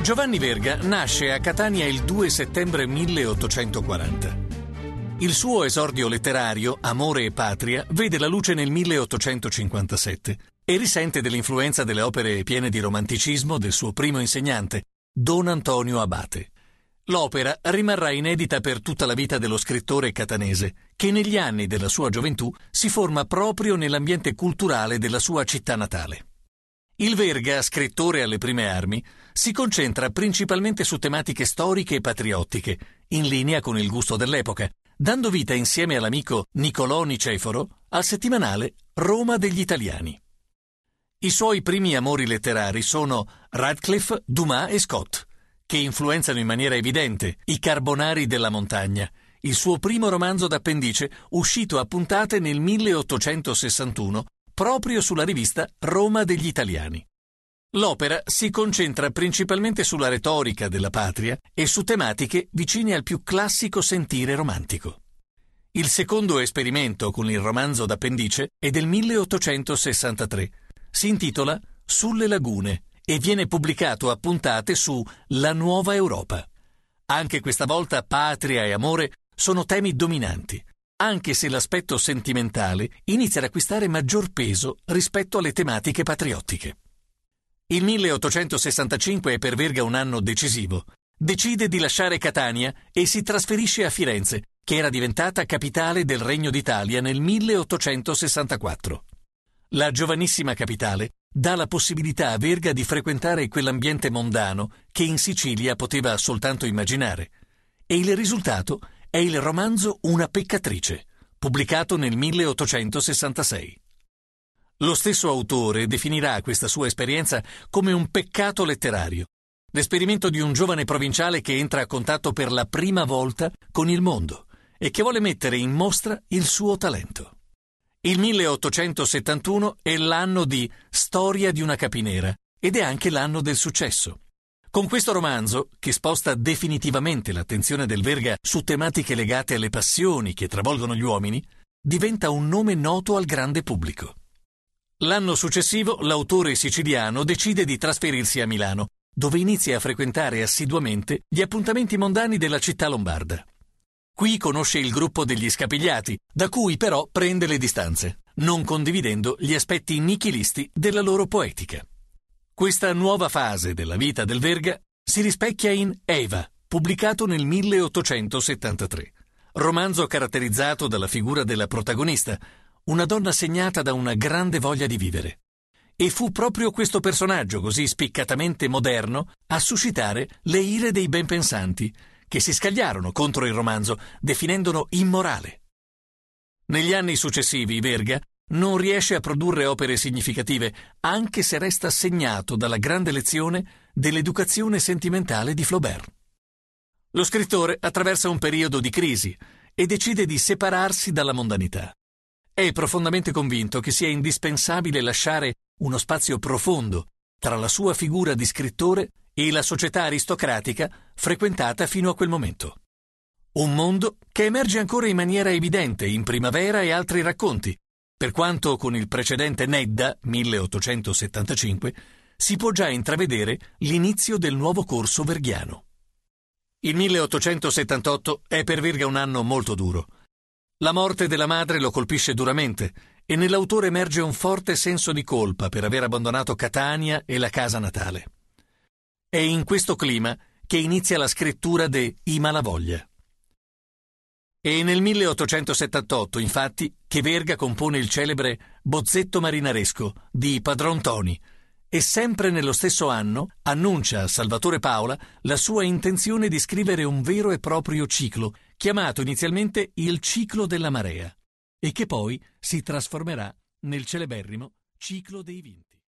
Giovanni Verga nasce a Catania il 2 settembre 1840. Il suo esordio letterario, Amore e Patria, vede la luce nel 1857 e risente dell'influenza delle opere piene di romanticismo del suo primo insegnante, Don Antonio Abate. L'opera rimarrà inedita per tutta la vita dello scrittore catanese, che negli anni della sua gioventù si forma proprio nell'ambiente culturale della sua città natale. Il Verga, scrittore alle prime armi, si concentra principalmente su tematiche storiche e patriottiche, in linea con il gusto dell'epoca, dando vita insieme all'amico Niccolò Niceforo al settimanale Roma degli Italiani. I suoi primi amori letterari sono Radcliffe, Dumas e Scott, che influenzano in maniera evidente I Carbonari della montagna, il suo primo romanzo d'appendice uscito a puntate nel 1861 proprio sulla rivista Roma degli Italiani. L'opera si concentra principalmente sulla retorica della patria e su tematiche vicine al più classico sentire romantico. Il secondo esperimento con il romanzo d'appendice è del 1863. Si intitola Sulle lagune e viene pubblicato a puntate su La Nuova Europa. Anche questa volta patria e amore sono temi dominanti, anche se l'aspetto sentimentale inizia ad acquistare maggior peso rispetto alle tematiche patriottiche. Il 1865 è per Verga un anno decisivo. Decide di lasciare Catania e si trasferisce a Firenze, che era diventata capitale del Regno d'Italia nel 1864. La giovanissima capitale dà la possibilità a Verga di frequentare quell'ambiente mondano che in Sicilia poteva soltanto immaginare. E il risultato è il romanzo Una peccatrice, pubblicato nel 1866. Lo stesso autore definirà questa sua esperienza come un peccato letterario, l'esperimento di un giovane provinciale che entra a contatto per la prima volta con il mondo e che vuole mettere in mostra il suo talento. Il 1871 è l'anno di Storia di una capinera ed è anche l'anno del successo. Con questo romanzo, che sposta definitivamente l'attenzione del Verga su tematiche legate alle passioni che travolgono gli uomini, diventa un nome noto al grande pubblico. L'anno successivo l'autore siciliano decide di trasferirsi a Milano, dove inizia a frequentare assiduamente gli appuntamenti mondani della città lombarda. Qui conosce il gruppo degli Scapigliati, da cui però prende le distanze, non condividendo gli aspetti nichilisti della loro poetica. Questa nuova fase della vita del Verga si rispecchia in Eva, pubblicato nel 1873, romanzo caratterizzato dalla figura della protagonista, una donna segnata da una grande voglia di vivere. E fu proprio questo personaggio così spiccatamente moderno a suscitare le ire dei benpensanti, che si scagliarono contro il romanzo, definendolo immorale. Negli anni successivi Verga non riesce a produrre opere significative, anche se resta segnato dalla grande lezione dell'educazione sentimentale di Flaubert. Lo scrittore attraversa un periodo di crisi e decide di separarsi dalla mondanità. È profondamente convinto che sia indispensabile lasciare uno spazio profondo tra la sua figura di scrittore e la società aristocratica frequentata fino a quel momento. Un mondo che emerge ancora in maniera evidente in Primavera e altri racconti, per quanto con il precedente Nedda, 1875, si può già intravedere l'inizio del nuovo corso verghiano. Il 1878 è per Verga un anno molto duro. La morte della madre lo colpisce duramente e nell'autore emerge un forte senso di colpa per aver abbandonato Catania e la casa natale. È in questo clima che inizia la scrittura de I Malavoglia. E nel 1878, infatti, che Verga compone il celebre Bozzetto marinaresco di Padron Toni e sempre nello stesso anno annuncia a Salvatore Paola la sua intenzione di scrivere un vero e proprio ciclo, chiamato inizialmente Il ciclo della marea, e che poi si trasformerà nel celeberrimo Ciclo dei Vinti.